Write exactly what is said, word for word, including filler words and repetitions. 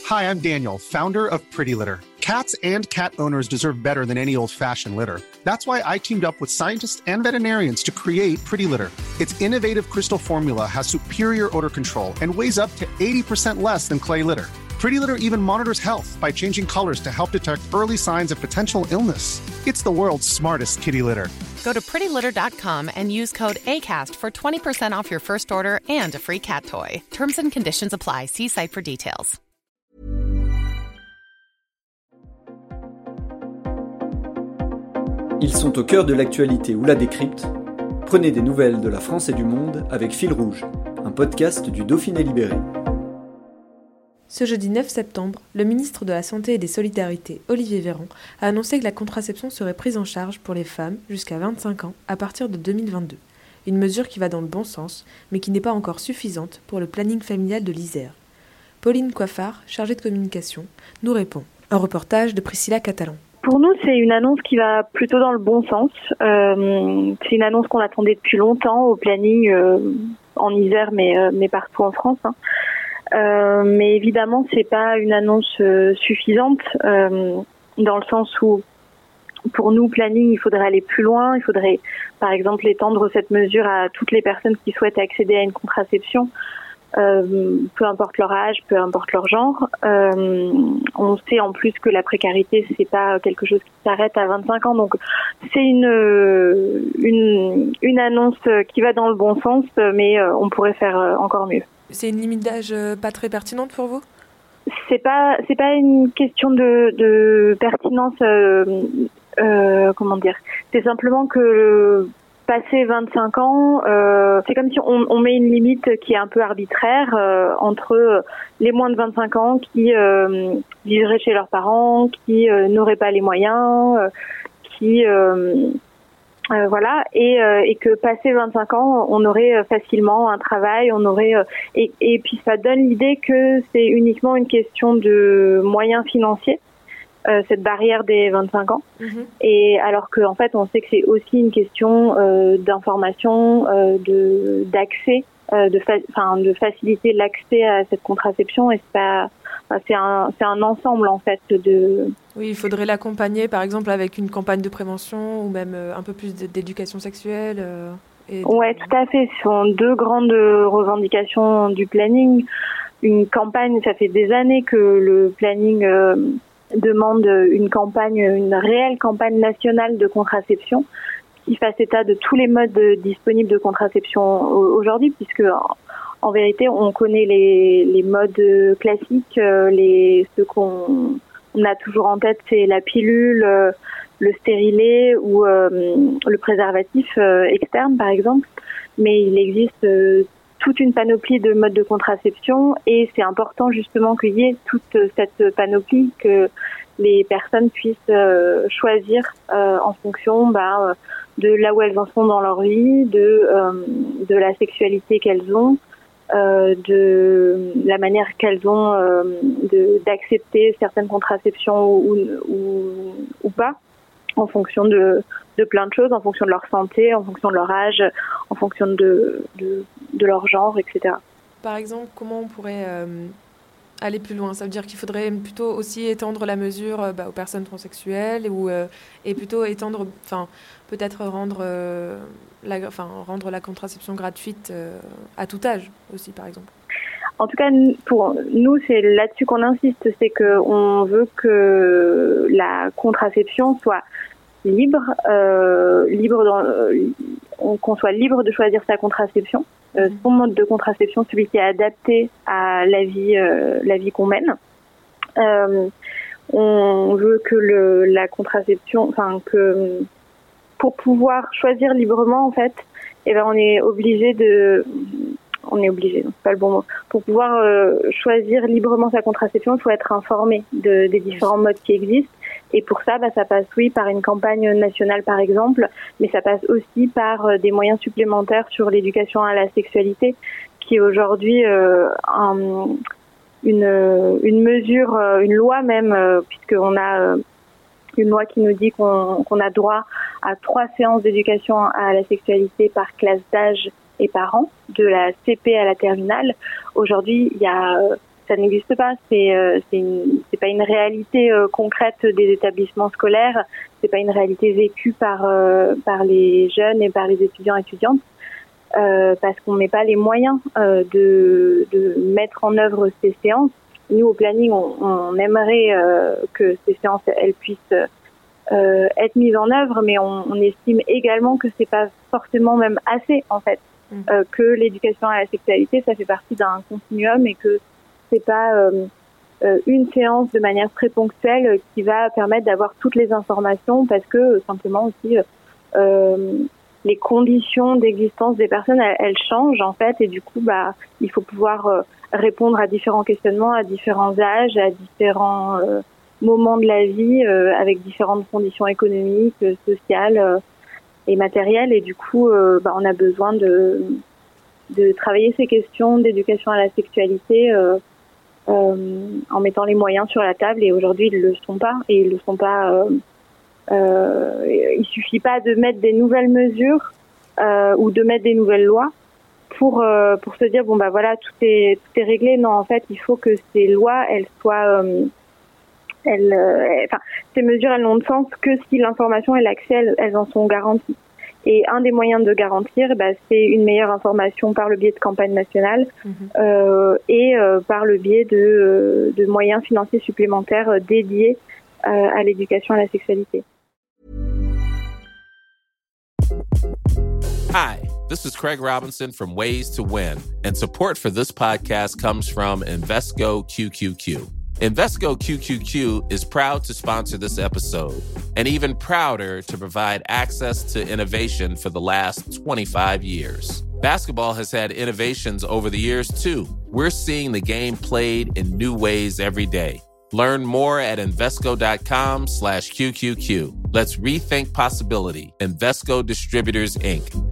Hi, I'm Daniel, founder of Pretty Litter. Cats and cat owners deserve better than any old-fashioned litter. That's why I teamed up with scientists and veterinarians to create Pretty Litter. Its innovative crystal formula has superior odor control and weighs up to eighty percent less than clay litter. Pretty Litter even monitors health by changing colors to help detect early signs of potential illness. It's the world's smartest kitty litter. Go to pretty litter dot com and use code ACAST for twenty percent off your first order and a free cat toy. Terms and conditions apply. See site for details. Ils sont au cœur de l'actualité ou la décrypte. Prenez des nouvelles de la France et du monde avec Fil Rouge, un podcast du Dauphiné Libéré. Ce jeudi neuf septembre, le ministre de la Santé et des Solidarités, Olivier Véran, a annoncé que la contraception serait prise en charge pour les femmes jusqu'à vingt-cinq ans à partir de deux mille vingt-deux. Une mesure qui va dans le bon sens, mais qui n'est pas encore suffisante pour le planning familial de l'Isère. Pauline Coiffard, chargée de communication, nous répond. Un reportage de Priscilla Catalan. Pour nous, c'est une annonce qui va plutôt dans le bon sens. Euh, c'est une annonce qu'on attendait depuis longtemps au planning euh, en Isère, mais, euh, mais partout en France. Hein. Euh, mais évidemment, c'est pas une annonce euh, suffisante euh, dans le sens où, pour nous, planning, il faudrait aller plus loin. Il faudrait, par exemple, étendre cette mesure à toutes les personnes qui souhaitent accéder à une contraception. Euh, peu importe leur âge, peu importe leur genre. Euh, on sait en plus que la précarité, c'est pas quelque chose qui s'arrête à vingt-cinq ans, donc c'est une une une annonce qui va dans le bon sens, mais on pourrait faire encore mieux. C'est une limite d'âge pas très pertinente pour vous ? C'est pas c'est pas une question de de pertinence. Euh, euh, comment dire ? C'est simplement que le, Passé vingt-cinq ans, euh, c'est comme si on, on met une limite qui est un peu arbitraire euh, entre les moins de vingt-cinq ans qui euh, vivraient chez leurs parents, qui euh, n'auraient pas les moyens, euh, qui euh, euh, voilà, et, euh, et que passé vingt-cinq ans, on aurait facilement un travail, on aurait euh, et, et puis ça donne l'idée que c'est uniquement une question de moyens financiers. Euh, cette barrière des vingt-cinq ans. Mmh. Et alors qu'en fait, on sait que c'est aussi une question euh, d'information, euh, de d'accès, euh, de fa- enfin de faciliter l'accès à cette contraception. Et c'est pas, enfin, c'est un c'est un ensemble en fait de. Oui, il faudrait l'accompagner, par exemple, avec une campagne de prévention ou même euh, un peu plus d'éducation sexuelle. Euh, et de... Ouais, tout à fait. Ce sont deux grandes revendications du planning. Une campagne, ça fait des années que le planning euh, demande une campagne, une réelle campagne nationale de contraception qui fasse état de tous les modes disponibles de contraception aujourd'hui, puisque en, en vérité on connaît les, les modes classiques, les ceux qu'on on a toujours en tête, c'est la pilule, le stérilet ou euh, le préservatif euh, externe par exemple, mais il existe euh, toute une panoplie de modes de contraception et c'est important justement qu'il y ait toute cette panoplie, que les personnes puissent euh, choisir euh, en fonction bah, de là où elles en sont dans leur vie, de, euh, de la sexualité qu'elles ont, euh, de la manière qu'elles ont euh, de, d'accepter certaines contraceptions ou, ou, ou pas, en fonction de, de plein de choses, en fonction de leur santé, en fonction de leur âge, en fonction de, de, de leur genre, et cetera. Par exemple, comment on pourrait euh, aller plus loin ? Ça veut dire qu'il faudrait plutôt aussi étendre la mesure euh, bah, aux personnes transsexuelles ou, euh, et plutôt étendre, enfin, peut-être rendre, euh, la, enfin, rendre la contraception gratuite euh, à tout âge aussi, par exemple. En tout cas, pour nous, c'est là-dessus qu'on insiste, c'est qu'on veut que la contraception soit libre, euh, libre dans, euh, qu'on soit libre de choisir sa contraception, euh, son mode de contraception, celui qui est adapté à la vie, euh, la vie qu'on mène. Euh, on veut que le, la contraception, enfin que pour pouvoir choisir librement, en fait, eh ben on est obligé de On est obligé, c'est pas le bon mot. Pour pouvoir euh, choisir librement sa contraception, il faut être informé de, des différents modes qui existent. Et pour ça, bah, ça passe, oui, par une campagne nationale, par exemple, mais ça passe aussi par euh, des moyens supplémentaires sur l'éducation à la sexualité, qui est aujourd'hui euh, un, une, une mesure, une loi même, euh, puisqu'on a euh, une loi qui nous dit qu'on, qu'on a droit à trois séances d'éducation à la sexualité par classe d'âge et par an, de la C P à la terminale. Aujourd'hui, il y a ça n'existe pas. C'est euh, c'est, une, c'est pas une réalité euh, concrète des établissements scolaires. C'est pas une réalité vécue par euh, par les jeunes et par les étudiants et étudiantes euh, parce qu'on met pas les moyens euh, de de mettre en œuvre ces séances. Nous au planning, on, on aimerait euh, que ces séances elles puissent euh, être mises en œuvre, mais on, on estime également que c'est pas forcément même assez en fait. Euh, que l'éducation à la sexualité, ça fait partie d'un continuum et que c'est pas euh, euh, une séance de manière très ponctuelle qui va permettre d'avoir toutes les informations parce que euh, simplement aussi euh, les conditions d'existence des personnes elles, elles changent en fait et du coup bah il faut pouvoir euh, répondre à différents questionnements à différents âges, à différents euh, moments de la vie euh, avec différentes conditions économiques, sociales. Euh, et matériel et du coup euh, bah, on a besoin de de travailler ces questions d'éducation à la sexualité euh, euh, en mettant les moyens sur la table et aujourd'hui ils le sont pas et ils le sont pas euh, euh, il suffit pas de mettre des nouvelles mesures euh, ou de mettre des nouvelles lois pour euh, pour se dire bon bah voilà tout est tout est réglé. Non, en fait il faut que ces lois elles soient euh, Elles, euh, enfin, ces mesures, elles n'ont de sens que si l'information et l'accès, elles, elles en sont garanties. Et un des moyens de garantir, bah, c'est une meilleure information par le biais de campagnes nationales mmh. euh, et euh, par le biais de, euh, de moyens financiers supplémentaires euh, dédiés euh, à l'éducation à la sexualité. Hi, this is Craig Robinson from Ways to Win, and support for this podcast comes from Invesco Q Q Q. Invesco Q Q Q is proud to sponsor this episode and even prouder to provide access to innovation for the last twenty-five years. Basketball has had innovations over the years, too. We're seeing the game played in new ways every day. Learn more at Invesco.com slash QQQ. Let's rethink possibility. Invesco Distributors, Incorporated.